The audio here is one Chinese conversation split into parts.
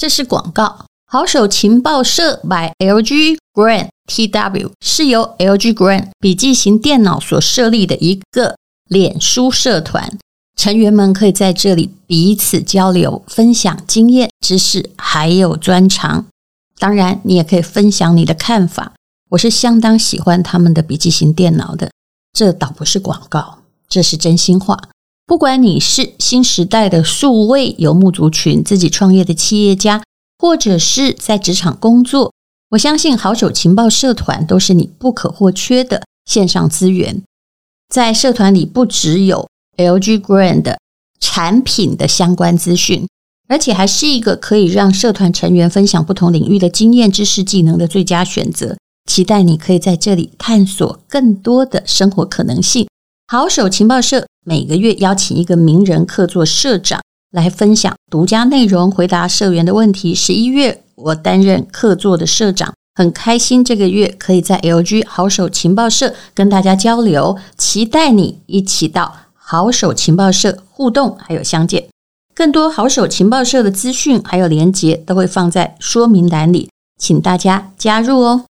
这是广告。好手情报社 by LG Grand TW 是由 LG Grand 笔记型电脑所设立的一个脸书社团，成员们可以在这里彼此交流，分享经验、知识还有专长。当然你也可以分享你的看法，我是相当喜欢他们的笔记型电脑的，这倒不是广告，这是真心话。不管你是新时代的数位游牧族群，自己创业的企业家，或者是在职场工作，我相信好手情报社团都是你不可或缺的线上资源。在社团里不只有 LG Grand 的产品的相关资讯，而且还是一个可以让社团成员分享不同领域的经验、知识、技能的最佳选择。期待你可以在这里探索更多的生活可能性。好手情报社每个月邀请一个名人客座社长来分享独家内容，回答社员的问题。11月我担任客座的社长，很开心这个月可以在 LG 好手情报社跟大家交流，期待你一起到好手情报社互动还有相见。更多好手情报社的资讯还有连结都会放在说明栏里，请大家加入哦。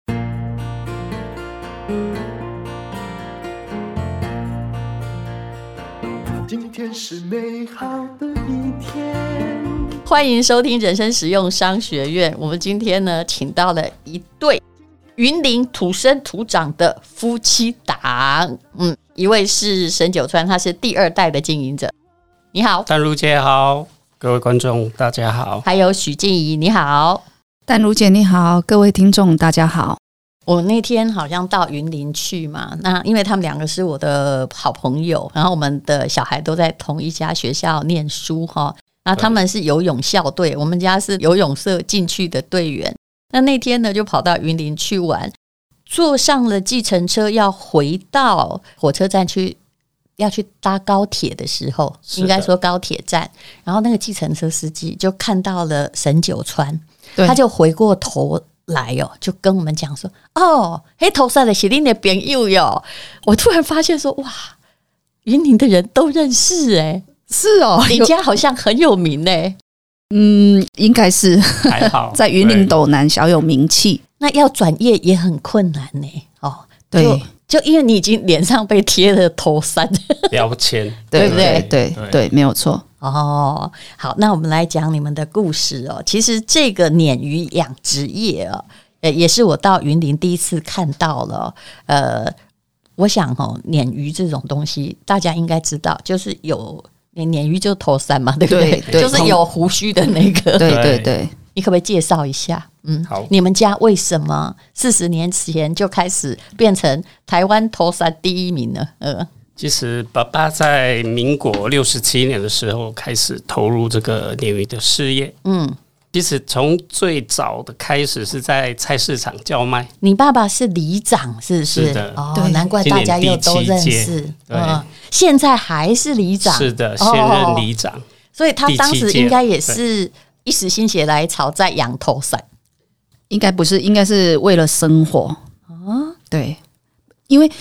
今天是美好的一天， 欢迎收听人生实用商学院。我们今天呢，请到了一对云林土生土长的夫妻档。一位是沈九川，他是第2代的经营者。你好。 淡如姐好，各位观众大家好。 还有许静怡，你好。 淡如姐你好，各位听众大家好。 我那天好像到云林去嘛，那因为他们2个是我的好朋友，然后我们的小孩都在同一家学校念书哈。然后他们是游泳校队，我们家是游泳社进去的队员。那天呢就跑到云林去玩，坐上了计程车要回到火车站去，要去搭高铁的时候，应该说高铁站，然后那个计程车司机就看到了沈九川，他就回过头来就跟我们讲说，那头上的是你的朋友哟。我突然发现说，哇，云林的人都认识是哦， 你家好像很有名应该是还好在云林斗南小有名气。 那要转业也很困难对， 就因为你已经脸上被贴了头山标签对不对？ 对，没有错。 好，那我们来讲你们的故事其实这个鲶鱼养殖业也是我到云林第一次看到了。我想鲶鱼这种东西大家应该知道，就是有鲶鱼就头山嘛，对不对？ 对， 就是有胡须的那个。 对， 你可不可以介绍一下？ 好， 你们家为什么40年前就开始变成台湾头山第1名呢？ 其实爸爸在民国67年的时候开始投入这个鲶鱼的事业。其实从最早的开始是在菜市场叫卖。你爸爸是里长是不是？ 是的。 难怪大家又都认识。现在还是里长。 是的，现任里长。 所以他当时应该也是一时心血来潮在养头山。 应该不是，应该是为了生活。对，因为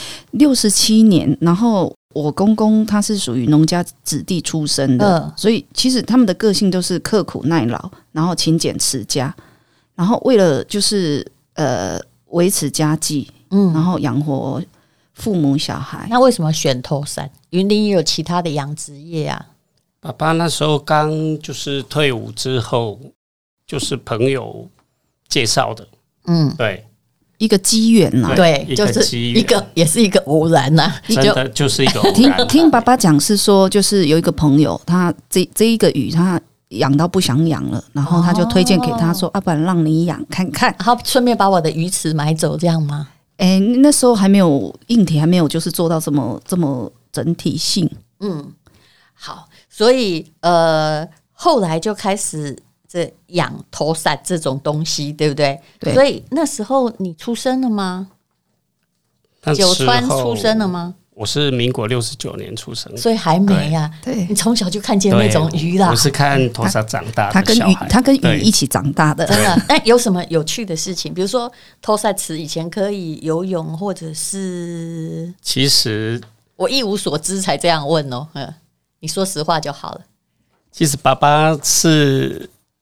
67年，然后我公公他是属于农家子弟出身的，所以其实他们的个性都是刻苦耐劳，然后勤俭持家，然后为了就是维持家计，然后养活父母小孩。 那为什么选头山？云林也有其他的养殖业啊。 爸爸那时候刚就是退伍之后，就是朋友介绍的。对。 一个机缘呐， 对，就是也是一个偶然呐， 真的就是一个偶然。 听爸爸讲是说，就是有一个朋友，他这一个鱼他养到不想养了，然后他就推荐给他说，不然让你养看看， 然后顺便把我的鱼池买走，这样吗？ 那时候还没有硬体，还没有就是做到这么整体性。 好，所以后来就开始这养头鳝这种东西，对不对？ 对。 所以那时候你出生了吗？九川出生了吗？ 我是民国69年出生， 所以还没啊。 对， 你从小就看见那种鱼啦。 我是看头鳝长大的小孩， 他跟鱼一起长大的， 真的。那有什么有趣的事情？比如说头鳝池以前可以游泳，或者是…… 其实我一无所知才这样问你说实话就好了。 其实爸爸是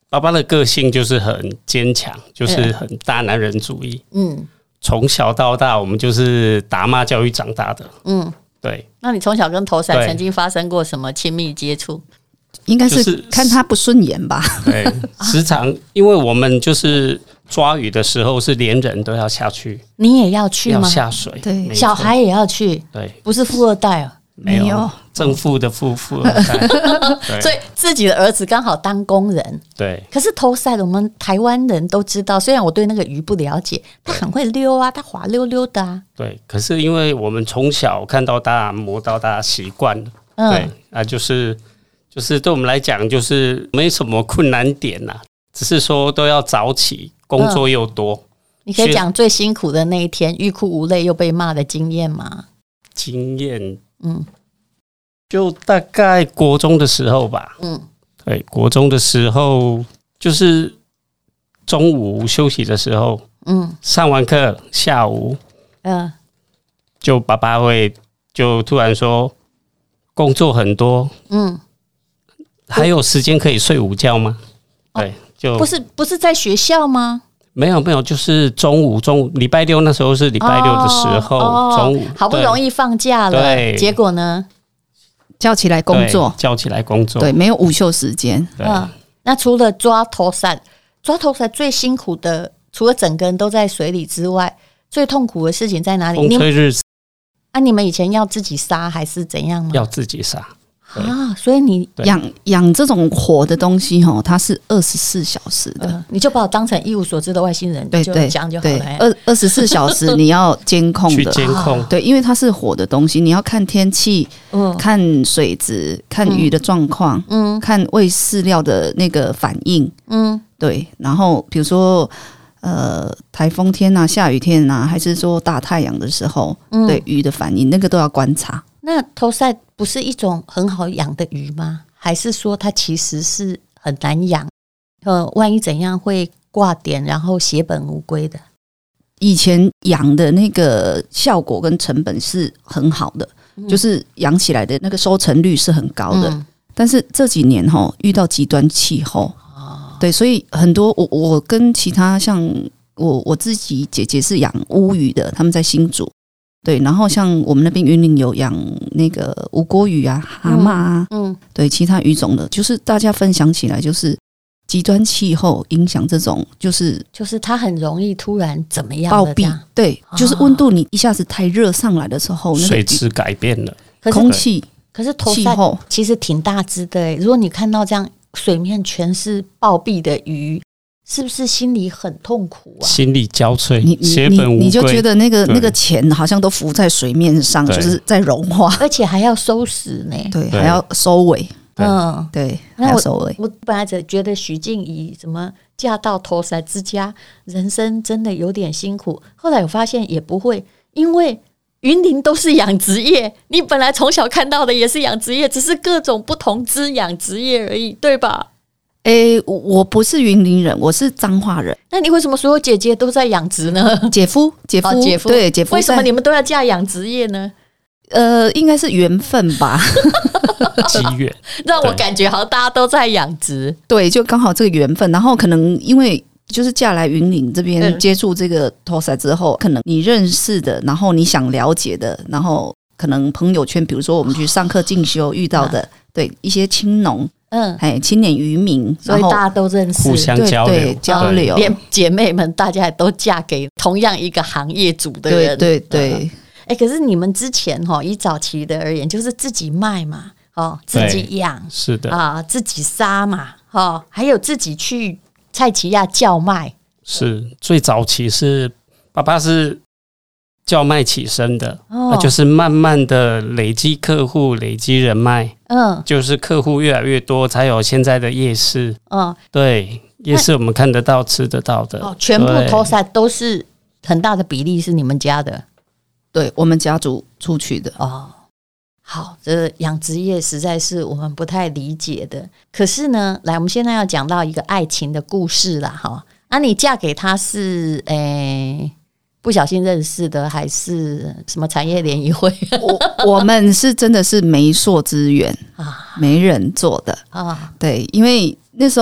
爸爸的个性就是很坚强，就是很大男人主义。从小到大我们就是打骂教育长大的。对。 那你从小跟头塞曾经发生过什么亲密接触？ 应该是看他不顺眼吧。 对，时常因为我们就是抓鱼的时候是连人都要下去， 你也要去吗？ 要下水， 对， 小孩也要去， 对， 不是富二代哦， 没有正负的富二代， 所以自己的儿子刚好当工人。 对， 可是头塞我们台湾人都知道，虽然我对那个鱼不了解，他很会溜啊，他滑溜溜的啊。 对，可是因为我们从小看到大摸到大习惯了，对啊，就是对我们来讲就是没什么困难点啦，只是说都要早起，工作又多。 你可以讲最辛苦的那一天，欲哭无泪又被骂的经验吗？ 经验，就大概国中的时候吧。对，国中的时候就是中午休息的时候，上完课下午，就爸爸会就突然说工作很多，还有时间可以睡午觉吗？对，就不是在学校吗？ 没有，就是中午礼拜六那时候是礼拜六的时候，中午好不容易放假了， 对， 结果呢叫起来工作， 对， 没有午休时间。 那除了抓头塞最辛苦的，除了整个人都在水里之外，最痛苦的事情在哪里？ 风吹日晒啊！你们以前要自己杀还是怎样吗？ 要自己杀。 所以你养这种活的东西它是24小时的， 你就把我当成一无所知的外星人， 对就讲就好了。 24小时你要监控的， 去监控。 对，因为它是活的东西，你要看天气，看水质，看鱼的状况，看喂饲料的那个反应，对。然后比如说台风天啊、下雨天啊，还是说大太阳的时候，对鱼的反应，那个都要观察。 那头塞不是一种很好养的鱼吗？还是说它其实是很难养？万一怎样会挂点，然后血本无归的？ 以前养的那个效果跟成本是很好的，就是养起来的那个收成率是很高的。但是这几年遇到极端气候，对，所以很多我跟其他像我自己姐姐是养乌鱼的，他们在新竹。对，然后像我们那边云林有养那个无锅鱼啊、蛤蟆啊，对，其他鱼种的，就是大家分享起来，就是极端气候影响这种，就是它很容易突然怎么样暴毙，对，就是温度你一下子太热上来的时候，那个水质改变了， 空气， 可是头塞其实挺大只的如果你看到这样水面全是暴毙的鱼，是不是心里很痛苦啊？ 心力交瘁，血本无归， 你就觉得那个钱好像都浮在水面上，就是在融化， 而且还要收拾呢。 对，还要收尾。对，还要收尾。 我本来只觉得许静怡怎么嫁到头塞之家，人生真的有点辛苦。后来我发现也不会，因为云林都是养殖业，你本来从小看到的也是养殖业，只是各种不同之养殖业而已，对吧？ 我不是云林人，我是彰化人。 那你为什么所有姐姐都在养殖呢？ 姐夫，对，姐夫。 为什么你们都要嫁养殖业呢？ 应该是缘分吧， 机缘让我感觉好像大家都在养殖。 对，就刚好这个缘分。然后可能因为就是嫁来云林这边接触这个头塞之后，可能你认识的，然后你想了解的，然后可能朋友圈，比如说我们去上课进修遇到的，对一些青农。青年渔民， 所以大家都认识， 互相交流， 连姐妹们大家也都嫁给同样一个行业组的人， 对。 可是你们之前以早期的而言，就是自己卖嘛，自己养， 是的啊，自己杀嘛，还有自己去菜市仔叫卖， 是最早期是爸爸是叫卖起身的，就是慢慢的累积客户，累积人脉，就是客户越来越多，才有现在的夜市。对，夜市我们看得到、吃得到的， 全部头塞都是很大的比例是你们家的， 对我们家族出去的。 好，这养殖业实在是我们不太理解的。可是呢，来，我们现在要讲到一个爱情的故事啦，你嫁给他是不小心认识的，还是什么产业联谊会？ 我们是真的是媒妁之言没人做的对，因为那时候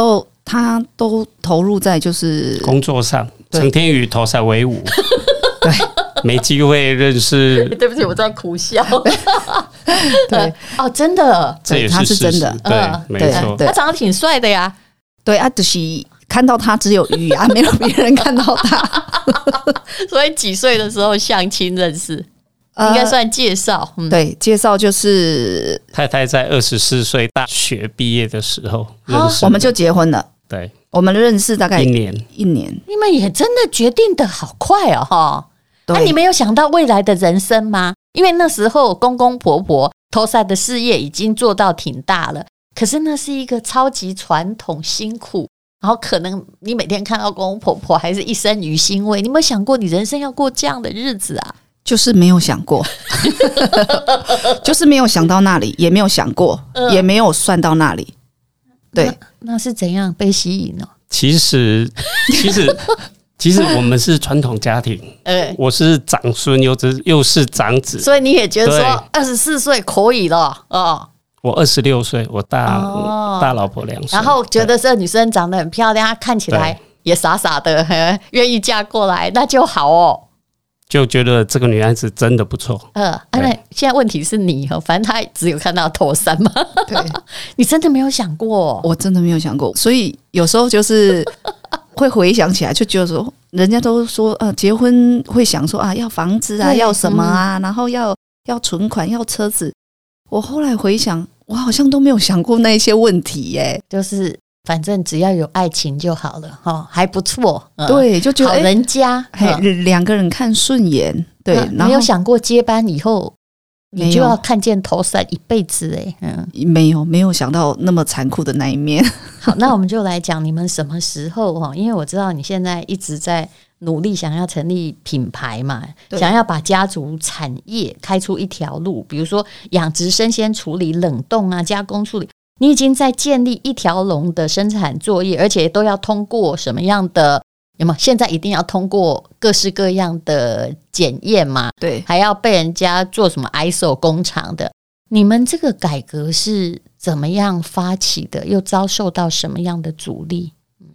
他都投入在就是工作上，成天与投塞为伍， 对， 没机会认识。 对不起，我在苦笑。 对， 哦，真的， 这也他是真的， 对，没错， 他长得挺帅的呀。 对啊，就是看到他只有鱼啊，没有别人看到他。 所以几岁的时候相亲认识？应该算介绍。 对，介绍就是太太在24岁大学毕业的时候认识， 我们就结婚了。 对， 我们认识大概一年。 你们也真的决定的好快哦，哈！那你没有想到未来的人生吗？因为那时候公公婆婆投塞的事业已经做到挺大了，可是那是一个超级传统辛苦，然后可能你每天看到公公婆婆还是一身鱼腥味，你有没有想过你人生要过这样的日子啊？ 就是没有想过，就是没有想到那里，也没有想过，也没有算到那里。对， 那是怎样被吸引呢？ 其实我们是传统家庭，我是长孙又是长子， 所以你也觉得说24岁可以了哦。 我26岁，我大老婆2岁， 然后觉得这女生长得很漂亮，她看起来也傻傻的，愿意嫁过来，那就好哦。 就觉得这个女孩子真的不错。 那现在问题是你，反正她只有看到头三嘛。 对， 你真的没有想过？ 我真的没有想过，所以有时候就是会回想起来，就觉得说，人家都说结婚会想说啊，要房子啊，要什么啊，然后要存款，要车子。我后来回想，我好像都没有想过那些问题耶， 就是反正只要有爱情就好了，还不错。 对，就觉得好人家， 两个人看顺眼。对，然后没有想过接班以后你就要看见头三一辈子没有想到那么残酷的那一面。 好，那我们就来讲你们什么时候因为我知道你现在一直在努力想要成立品牌嘛，想要把家族产业开出一条路，比如说养殖、生鲜处理、冷冻啊、加工处理，你已经在建立一条龙的生产作业，而且都要通过什么样的？有没有？现在一定要通过各式各样的检验嘛？ 对， 还要被人家做什么 ISO 工厂的？你们这个改革是怎么样发起的？又遭受到什么样的阻力？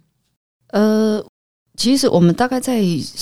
其实我们大概在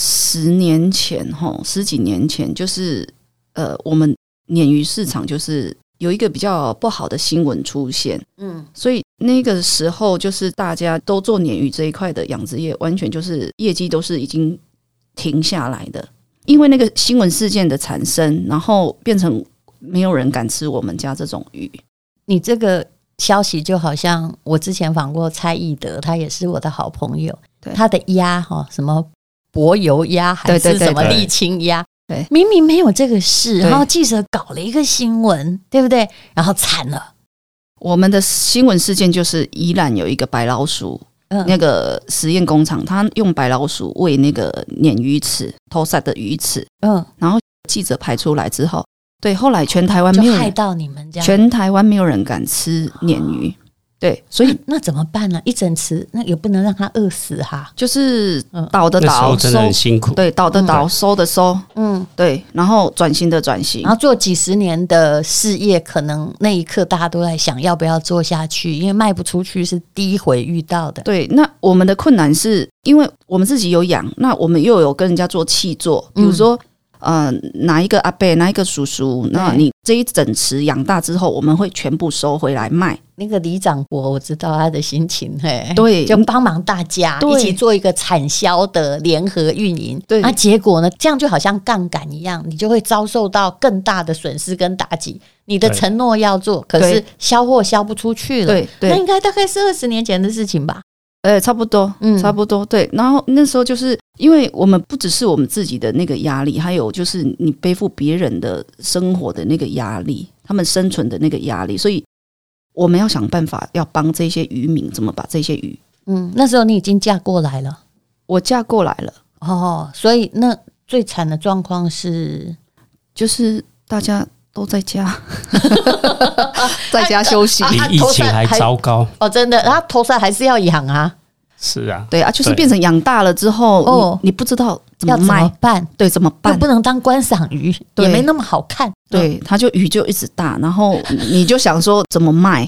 10年前10几年前，就是我们鲶鱼市场就是有一个比较不好的新闻出现，所以那个时候就是大家都做鲶鱼这一块的养殖业，完全就是业绩都是已经停下来的，因为那个新闻事件的产生，然后变成没有人敢吃我们家这种鱼。 你这个消息就好像我之前访过蔡义德，他也是我的好朋友，他的鸭什么柏油鸭还是什么沥青鸭， 对， 明明没有这个事，然后记者搞了一个新闻，对不对？然后惨了。 我们的新闻事件就是宜兰有一个白老鼠，那个实验工厂，他用白老鼠喂那个鲶鱼翅，偷塞的鱼翅，然后记者拍出来之后，对，后来全台湾没有人， 就害到你们家， 全台湾没有人敢吃鲶鱼。对，所以那怎么办呢？一整吃，那也不能让他饿死哈。 就是倒的倒， 真的很辛苦。 对，倒的倒，收的收。对，然后转型的转型， 然后做几十年的事业，可能那一刻大家都在想要不要做下去，因为卖不出去是第一回遇到的。 对，那我们的困难是因为我们自己有养，那我们又有跟人家做契作，比如说。哪一个阿伯，哪一个叔叔，那你这一整池养大之后，我们会全部收回来卖。 那个李长博，我知道他的心情， 对， 就帮忙大家一起做一个产销的联合运营。 对， 那结果呢，这样就好像杠杆一样，你就会遭受到更大的损失跟打击。你的承诺要做，可是销货销不出去了。 对， 那应该大概是20年前的事情吧。 差不多，差不多，对。然后那时候就是因为我们不只是我们自己的那个压力，还有就是你背负别人的生活的那个压力，他们生存的那个压力，所以我们要想办法要帮这些渔民怎么把这些鱼。 那时候你已经嫁过来了， 我嫁过来了， 所以那最惨的状况是， 就是大家都在家，在家休息， 比疫情还糟糕真的。然后头塞还是要养啊， 是啊， 对啊，就是变成养大了之后，你不知道怎么卖， 要怎么办？ 对，怎么办？ 又不能当观赏鱼，也没那么好看。 对，它就鱼就一直大，然后你就想说怎么卖？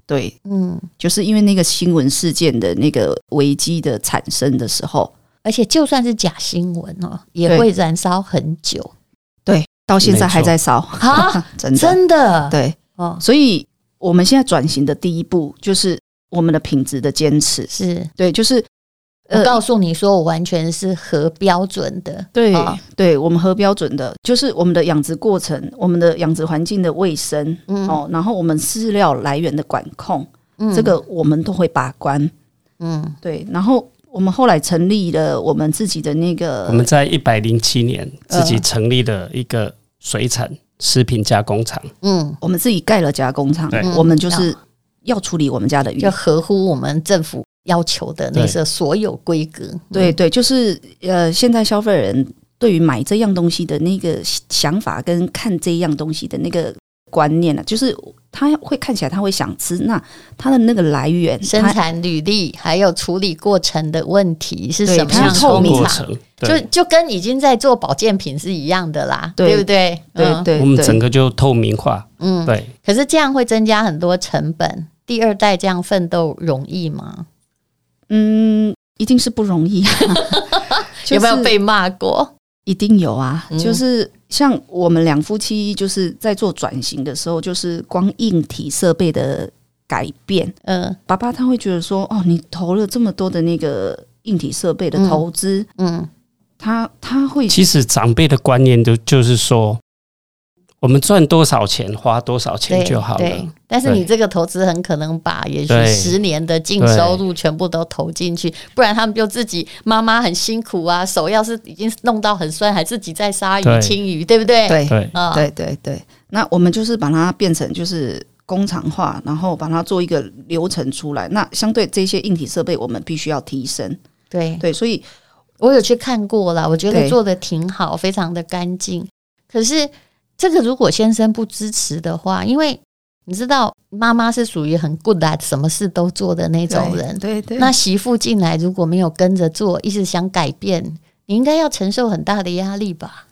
对，就是因为那个新闻事件的那个危机的产生的时候， 而且就算是假新闻哦，也会燃烧很久。 对，到现在还在烧啊， 真的对哦。 所以我们现在转型的第一步就是我们的品质的坚持， 是对，就是我告诉你说，我完全是合标准的。 对、对，我们合标准的，就是我们的养殖过程，我们的养殖环境的卫生，然后我们饲料来源的管控，这个我们都会把关。对，然后我们后来成立了我们自己的那个， 我们在107年自己成立了一个水产食品加工厂。 我们自己盖了加工厂，我们就是要处理我们家的鱼， 就合乎我们政府要求的那些所有规格。 对对，就是现在消费人对于买这样东西的那个想法跟看这样东西的那个观念啊，就是他会看起来他会想吃，那他的那个来源、 生产履历还有处理过程的问题是什么样的透明就跟已经在做保健品是一样的啦， 对不对？ 对， 我们整个就透明化。对。 可是这样会增加很多成本，第二代这样奋斗容易吗？ 一定是不容易啊。 有没有被骂过？ 一定有啊，就是像我们两夫妻就是在做转型的时候，就是光硬体设备的改变，爸爸他会觉得说，哦，你投了这么多的那个硬体设备的投资，他会， 其实长辈的观念就是说，我们赚多少钱花多少钱就好了。 对，但是你这个投资很可能把也许10年的净收入全部都投进去，不然他们就自己妈妈很辛苦啊，手要是已经弄到很酸，还自己在杀鱼清鱼，对不对？ 对。那我们就是把它变成就是工厂化，然后把它做一个流程出来。那相对这些硬体设备，我们必须要提升。对，所以我有去看过啦，我觉得做得挺好，非常的干净。可是这个如果先生不支持的话，因为你知道妈妈是属于很 good at 什么事都做的那种人， 对， 那媳妇进来如果没有跟着做，一直想改变，你应该要承受很大的压力吧？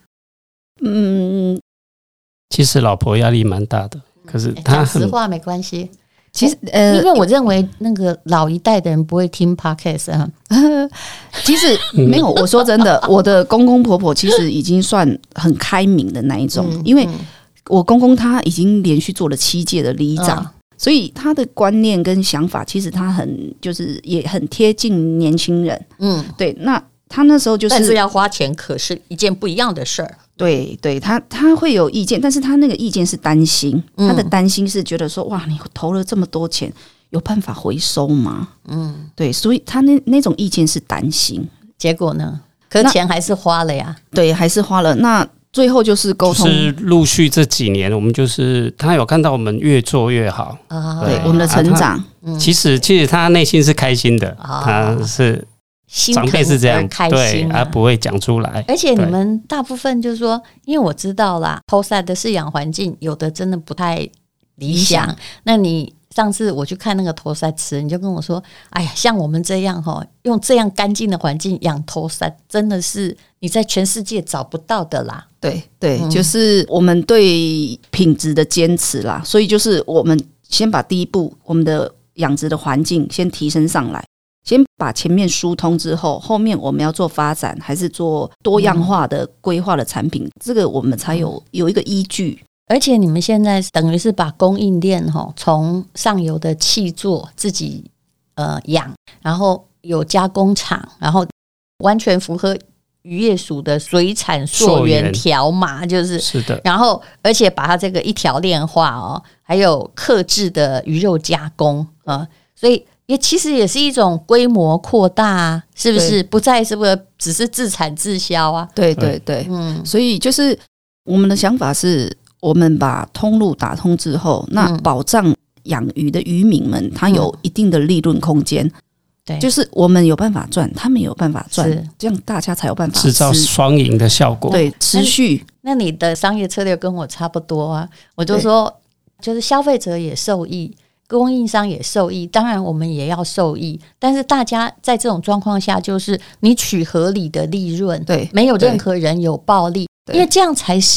其实老婆压力蛮大的，可是她讲实话没关系。 其实因为我认为那个老一代的人不会听 podcast 啊。 其实没有，我说真的，我的公公婆婆其实已经算很开明的那一种，因为我公公他已经连续做了7届的里长，所以他的观念跟想法其实他就是也很贴近年轻人。对，那他那时候但是要花钱，可是一件不一样的事儿。 对，他会有意见，但是他那个意见是担心，他的担心是觉得说，哇，你投了这么多钱，有办法回收吗？对，所以他那种意见是担心。 结果呢？可钱还是花了呀。 对，还是花了。那最后就是沟通， 就是陆续这几年，我们就是他有看到我们越做越好， 对我们的成长。 其实他内心是开心的，他是。长辈是这样开心， 对，不会讲出来。 而且你们大部分就是说，因为我知道啦，投赛的饲养环境有的真的不太理想。那你上次我去看那个投赛池，你就跟我说，哎呀，像我们这样用这样干净的环境养投赛，真的是你在全世界找不到的啦。 对，就是我们对品质的坚持啦。所以就是我们先把第一步，我们的养殖的环境先提升上来。先把前面疏通之后，后面我们要做发展，还是做多样化的规划的产品，这个我们才有一个依据。 而且你们现在等于是把供应链从上游的契作自己养，然后有加工厂，然后完全符合渔业署的水产溯源条码，是的。 然后而且把它这个一条链化还有客制的鱼肉加工所以。其实也是一种规模扩大是不是？不再是不是只是自产自销啊？ 对，所以就是我们的想法是，我们把通路打通之后，那保障养鱼的渔民们，他有一定的利润空间。对，就是我们有办法赚，他们有办法赚，这样大家才有办法制造双赢的效果。 对，持续。 那你的商业策略跟我差不多啊，我就说，就是消费者也受益。供应商也受益，当然我们也要受益，但是大家在这种状况下，就是你取合理的利润， 对， 没有任何人有暴利，因为这样才是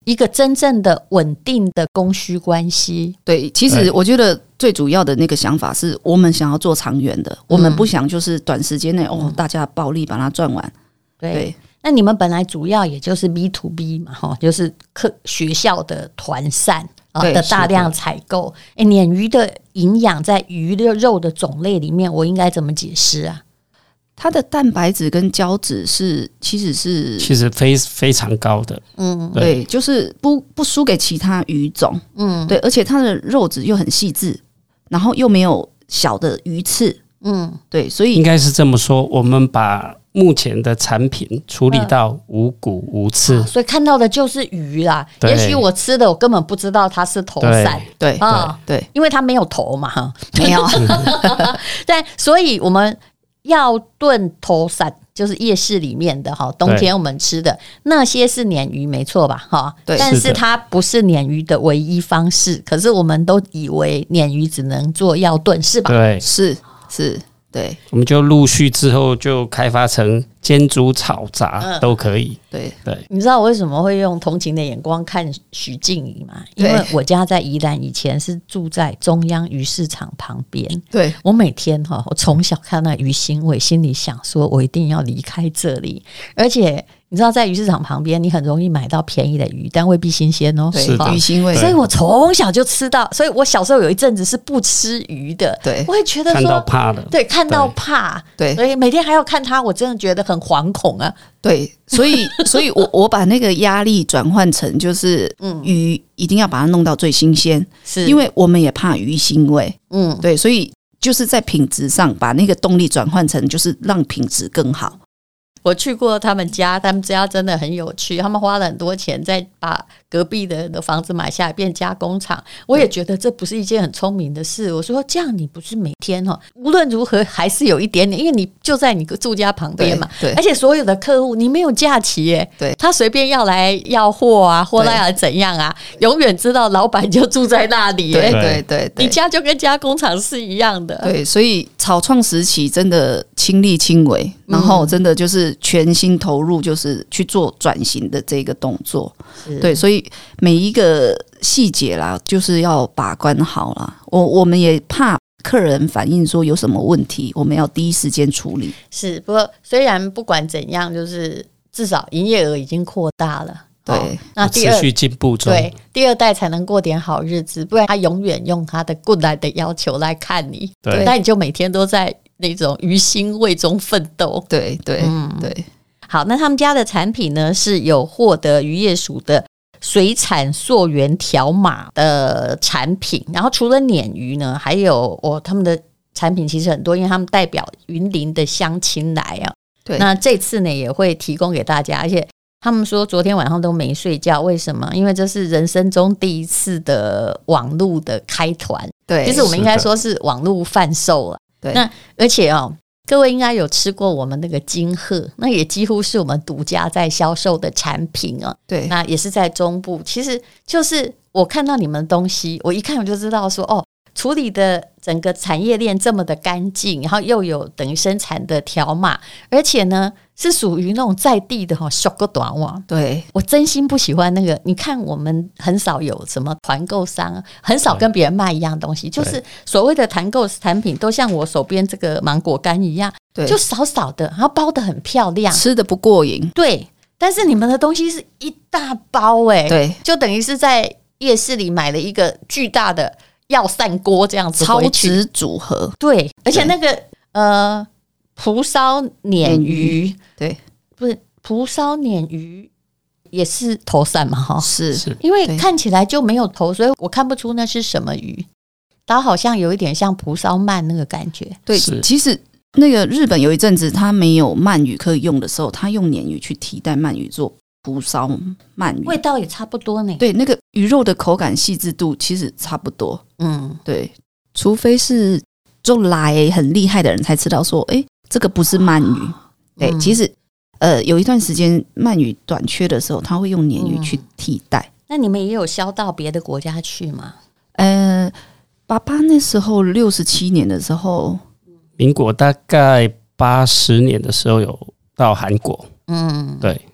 一个真正的稳定的供需关系。 对，其实我觉得最主要的那个想法是我们想要做长远的，我们不想就是短时间内大家暴利把它赚完。 对，那你们本来主要也就是 B to B 嘛，就是学校的团膳的大量采购。鲶鱼的营养在鱼的肉的种类里面，我应该怎么解释啊？ 它的蛋白质跟胶质其实非常高的， 对，就是不输给其他鱼种，对，而且它的肉质又很细致，然后又没有小的鱼刺，对，所以应该是这么说，我们把目前的产品处理到无骨无刺， 所以看到的就是鱼啦。也许我吃的我根本不知道它是头鳝， 对， 因为它没有头嘛， 没有， 但所以我们要炖头鳝，就是夜市里面的冬天我们吃的那些是鲶鱼，没错吧？ 对， 但是它不是鲶鱼的唯一方式。可是我们都以为鲶鱼只能做药炖，是吧？ 对， 是，对， 我们就陆续之后就开发成煎煮炒炸都可以。 对， 你知道我为什么会用同情的眼光看许静怡吗？因为我家在宜兰，以前是住在中央鱼市场旁边。 对， 我每天我从小看那鱼腥味，心里想说我一定要离开这里。而且你知道在鱼市场旁边你很容易买到便宜的鱼，但未必新鲜哦。 对，鱼腥味， 所以我从小就吃到，所以我小时候有一阵子是不吃鱼的。 对， 我也觉得说看到怕了， 对，看到怕， 对， 所以每天还要看它，我真的觉得很惶恐啊。 对，所以我把那个压力转换成就是鱼一定要把它弄到最新鲜，是因为我们也怕鱼腥味。对，所以就是在品质上把那个动力转换成就是让品质更好。 我去过他们家真的很有趣，他们花了很多钱在把隔壁的人的房子买下来变加工厂。我也觉得这不是一件很聪明的事。我说这样你不是每天无论如何还是有一点点，因为你就在你住家旁边嘛，对，而且所有的客户你没有假期耶，对，他随便要来要货啊，或来怎样啊，永远知道老板就住在那里耶，对，你家就跟加工厂是一样的。 对，所以草创时期真的亲力亲为，然后真的就是全心投入，就是去做转型的这个动作。对，所以每一个细节啦，就是要把关好啦。我们也怕客人反映说有什么问题，我们要第一时间处理。 是，不过虽然不管怎样，就是至少营业额已经扩大了。 对， 那持续进步中， 对，第二代才能过点好日子，不然他永远用他的过来的要求来看你，对，那你就每天都在那种鱼腥味中奋斗。 对， 好，那他们家的产品呢是有获得渔业署的水产溯源条码的产品，然后除了鲶鱼呢，还有他们的产品其实很多，因为他们代表云林的乡亲来啊。对，那这次呢也会提供给大家，而且他们说昨天晚上都没睡觉，为什么？因为这是人生中第一次的网络的开团，对，其实我们应该说是网络贩售了。对，那而且各位应该有吃过我们那个金鹤，那也几乎是我们独家在销售的产品对，那也是在中部。其实就是我看到你们的东西，我一看我就知道说处理的整个产业链这么的干净，然后又有等于生产的条码，而且呢是属于那种在地的小个短袜。对，我真心不喜欢那个，你看我们很少有什么团购商，很少跟别人卖一样东西，就是所谓的团购产品都像我手边这个芒果干一样，就少少的，然后包得很漂亮， 吃得不过瘾。 对，但是你们的东西是一大包对，就等于是在夜市里买了一个巨大的药膳锅这样子超值组合。 对，而且那个蒲烧鲶鱼， 对， 不是蒲烧鲶鱼也是头鳝嘛是因为看起来就没有头，所以我看不出那是什么鱼，它好像有一点像蒲烧鳗那个感觉。 对，其实那个日本有一阵子它没有鳗鱼可以用的时候，它用鲶鱼去替代鳗鱼做蒲烧鳗鱼， 味道也差不多呢。 对，那个鱼肉的口感细致度其实差不多。对，除非是就来很厉害的人才知道说这个不是鳗鱼。对，其实有一段时间鳗鱼短缺的时候，他会用鲶鱼去替代。 那你们也有销到别的国家去吗？ 爸爸那时候67年的时候， 民国大概80年的时候有到韩国。对，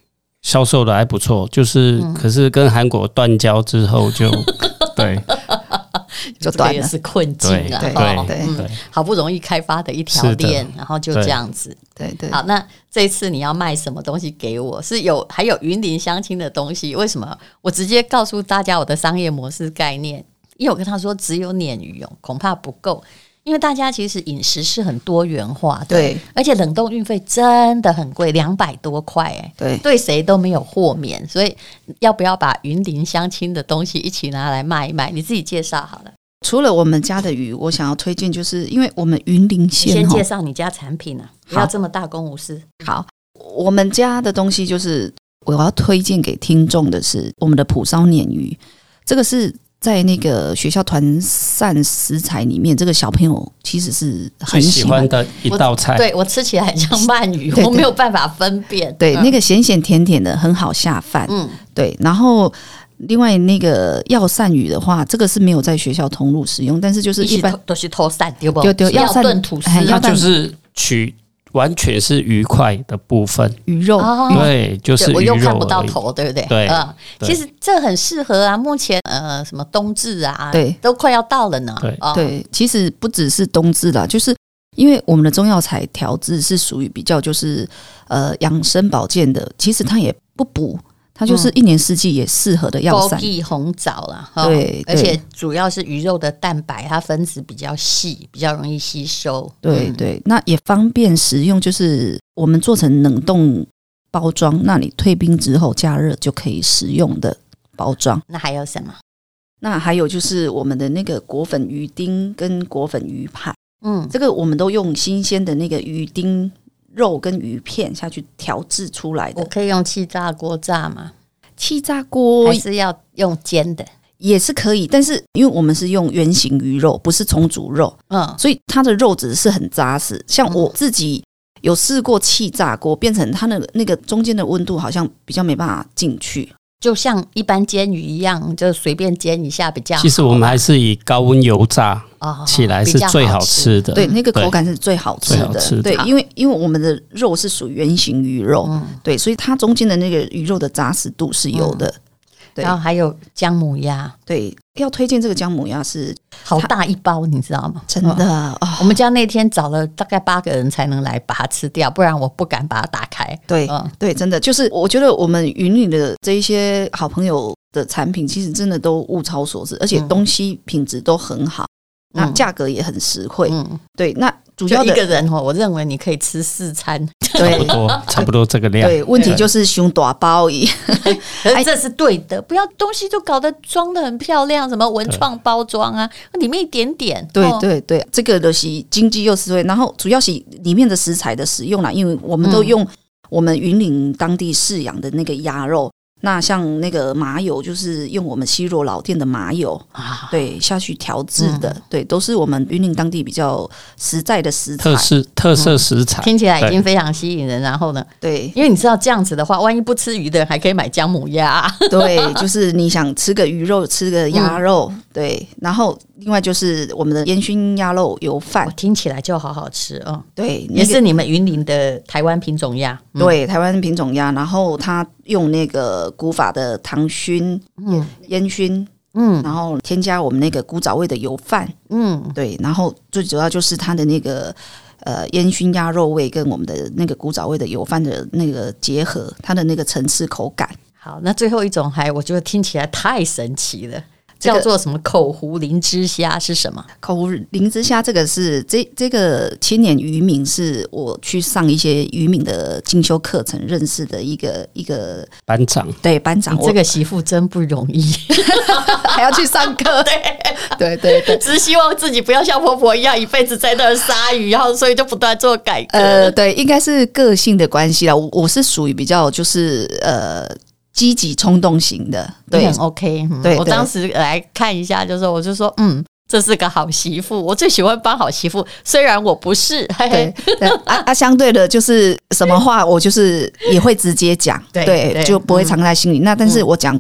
销售的还不错，就是可是跟韩国断交之后就对。 就断了， 这也是困境啊！ 对， 好不容易开发的一条链，然后就这样子。 对。 好，那这一次你要卖什么东西给我？还有云林相亲的东西？为什么？我直接告诉大家我的商业模式概念，因为我跟他说只有鲶鱼恐怕不够。因为大家其实饮食是很多元化的， 对， 而且冷冻运费真的很贵，200多块，对谁都没有豁免，所以要不要把云林相亲的东西一起拿来卖一卖？你自己介绍好了。 除了我们家的鱼，我想要推荐，就是因为我们云林县， 先介绍你家产品啊，不要这么大公无私。 好，我们家的东西就是我要推荐给听众的是我们的蒲烧鲶鱼，这个是在那个学校团膳食材里面，这个小朋友其实是很喜欢的一道菜。 对，我吃起来很像鳗鱼，我没有办法分辨。 对，那个咸咸甜甜的，很好下饭。对。然后另外那个药膳鱼的话，这个是没有在学校通路使用，但是就是一般都是偷膳，对不？ 对， 药炖吐司， 它就是完全是鱼块的部分， 鱼肉， 对，就是鱼肉， 我又看不到头，对不对？ 对， 其实这很适合啊。目前什么冬至啊， 对， 都快要到了呢。 对，其实不只是冬至啦，就是因为我们的中药材调制是属于比较就是养生保健的，其实它也不补。它就是一年四季也适合的药膳，枸杞红枣啦， 对， 而且主要是鱼肉的蛋白，它分子比较细，比较容易吸收。 对，那也方便食用，就是我们做成冷冻包装，那你退冰之后加热就可以食用的包装。 那还有什么？ 那还有就是我们的那个果粉鱼丁跟果粉鱼排，这个我们都用新鲜的那个鱼丁肉跟鱼片下去调制出来的。 我可以用气炸锅炸吗？ 气炸锅还是要用煎的？ 也是可以，但是因为我们是用原型鱼肉，不是重组肉，所以它的肉质是很扎实。像我自己有试过气炸锅，变成它的那个中间的温度好像比较没办法进去。 就像一般煎鱼一样，就随便煎一下比较好。 其实我们还是以高温油炸起来是最好吃的， 对，那个口感是最好吃的。对，因为我们的肉是属于原型鱼肉，对，所以它中间的那个鱼肉的扎实度是有的。 然后还有姜母鸭， 对，要推荐这个姜母鸭是好大一包，你知道吗？ 真的， 我们家那天找了大概8个人才能来把它吃掉，不然我不敢把它打开。 对，对，真的就是我觉得我们云林的这一些好朋友的产品，其实真的都物超所值，而且东西品质都很好，那价格也很实惠。对，那主要的一个人我认为你可以吃4餐， 对， 差不多这个量。 对，问题就是胸大包而已。 这是对的，不要东西都搞得装得很漂亮，什么文创包装啊，里面一点点。 对，这个的是经济又实惠，然后主要是里面的食材的使用啦，因为我们都用我们云林当地饲养的那个鸭肉。那像那个麻油，就是用我们西螺老店的麻油对，下去调制的，对，都是我们云林当地比较实在的食材， 特色食材， 听起来已经非常吸引人。然后呢， 对， 因为你知道这样子的话，万一不吃鱼的人还可以买姜母鸭， 对，就是你想吃个鱼肉，吃个鸭肉，对，然后另外就是我们的烟熏鸭肉油饭， 听起来就好好吃哦。 对， 也是你们云林的台湾品种鸭， 对，台湾品种鸭，然后它用那个古法的糖熏、烟熏，然后添加我们那个古早味的油饭，对，然后最主要就是它的那个烟熏鸭肉味跟我们的那个古早味的油饭的那个结合，它的那个层次口感。 好，那最后一种我觉得听起来太神奇了。叫做什么口湖灵芝虾是什么？ 口湖灵芝虾这个是这个青年渔民，是我去上一些渔民的进修课程认识的一个班长。 对，班长， 这个媳妇真不容易， 还要去上课。对， 只是希望自己不要像婆婆一样一辈子在那儿杀鱼，然后所以就不断做改革。 对，应该是个性的关系啦。我是属于比较就是积极冲动型的，对， 很 OK。对，我当时来看一下，我就说，这是个好媳妇，我最喜欢帮好媳妇，虽然我不是。 对，相对的，就是什么话我就是也会直接讲，对，就不会藏在心里。那但是我讲过，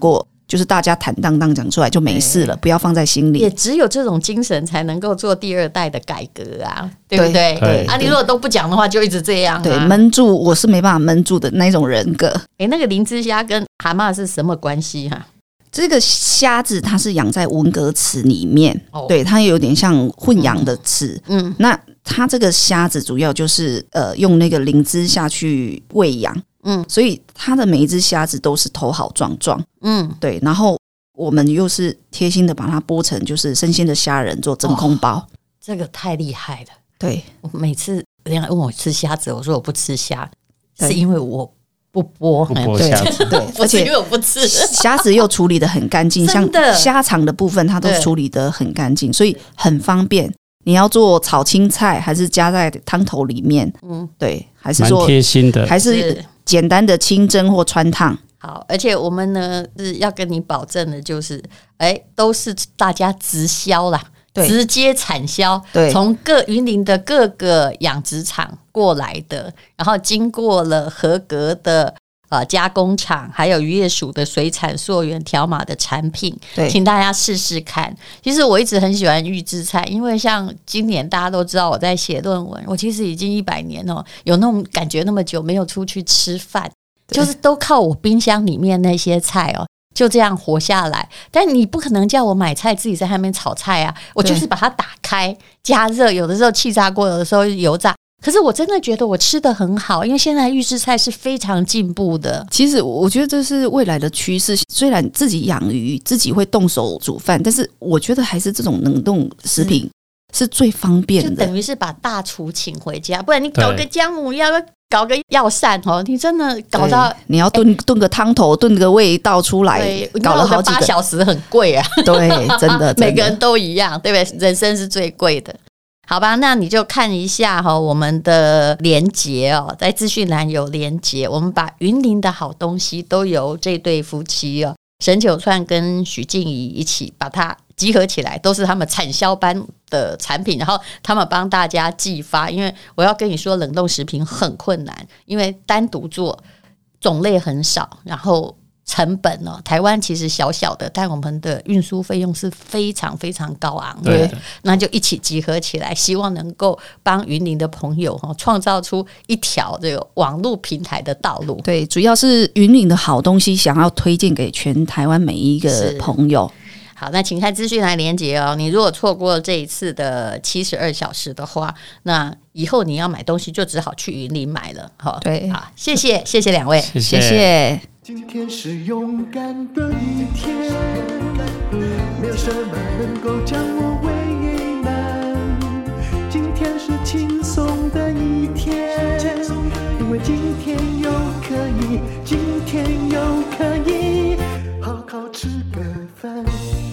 就是大家坦荡荡讲出来就没事了，不要放在心里。 也只有这种精神才能够做第二代的改革啊，对不对？ 对啊，你如果都不讲的话，就一直这样啊。 对，闷住我是没办法闷住的那种人格。 那个灵芝虾跟蛤蟆是什么关系哈？ 这个虾子它是养在文革池里面，对，它有点像混养的池。那它这个虾子主要就是用那个灵芝下去喂养。所以它的每一只虾子都是头好壮壮，对，然后我们又是贴心的把它剥成就是生鲜的虾仁做真空包， 这个太厉害了。 对， 我每次人家问我吃虾子，我说我不吃虾，是因为我不剥虾子， 对， 而且因为我不吃虾子又处理得很干净，像虾肠的部分它都处理得很干净，所以很方便。你要做炒青菜，还是加在汤头里面？对，还是说蛮贴心的， 还是简单的清蒸或穿烫？ 好，而且我们呢是要跟你保证的，就是都是大家直销啦，直接产销，从云林的各个养殖场过来的，然后经过了合格的加工厂，还有渔业署的水产溯源条码的产品，请大家试试看。其实我一直很喜欢预制菜，因为像今年大家都知道我在写论文，我其实已经100年有那种感觉，那么久没有出去吃饭，就是都靠我冰箱里面那些菜就这样活下来。但你不可能叫我买菜自己在那边炒菜啊，我就是把它打开加热，有的时候气炸锅，有的时候油炸。可是我真的觉得我吃得很好，因为现在预制菜是非常进步的。 其实我觉得这是未来的趋势，虽然自己养鱼自己会动手煮饭，但是我觉得还是这种冷冻食品是最方便的， 就等于是把大厨请回家，不然你搞个姜母鸭，搞个药膳你真的搞到你要炖个汤头，炖个味道出来，搞了好几个 8小时很贵啊。 对，真的每个人都一样，对不对？人生是最贵的。好吧，那你就看一下我们的连结在资讯栏有连结，我们把云林的好东西都由这对夫妻沈九川跟许静怡一起把它集合起来，都是他们产销班的产品，然后他们帮大家寄发。因为我要跟你说，冷冻食品很困难，因为单独做种类很少，然后成本台湾其实小小的，但我们的运输费用是非常非常高昂的。那就一起集合起来，希望能够帮云林的朋友创造出一条这个网络平台的道路。 对，主要是云林的好东西想要推荐给全台湾每一个朋友。 好，那请看资讯来连结你如果错过这一次的72小时的话，那以后你要买东西就只好去云林买了。 对， 好，谢谢两位， 谢谢。 今天是勇敢的一天，没有什么能够将我为难。今天是轻松的一天，因为今天又可以好好吃个饭，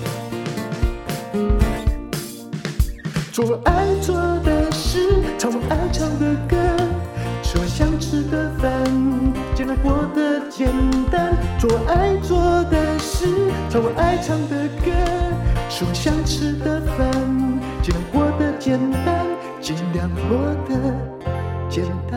做我爱做的事，唱我爱唱的歌，吃我想吃的饭，尽量过得简单。做我爱做的事，唱我爱唱的歌，吃我想吃的饭，尽量过得简单，尽量过得简单。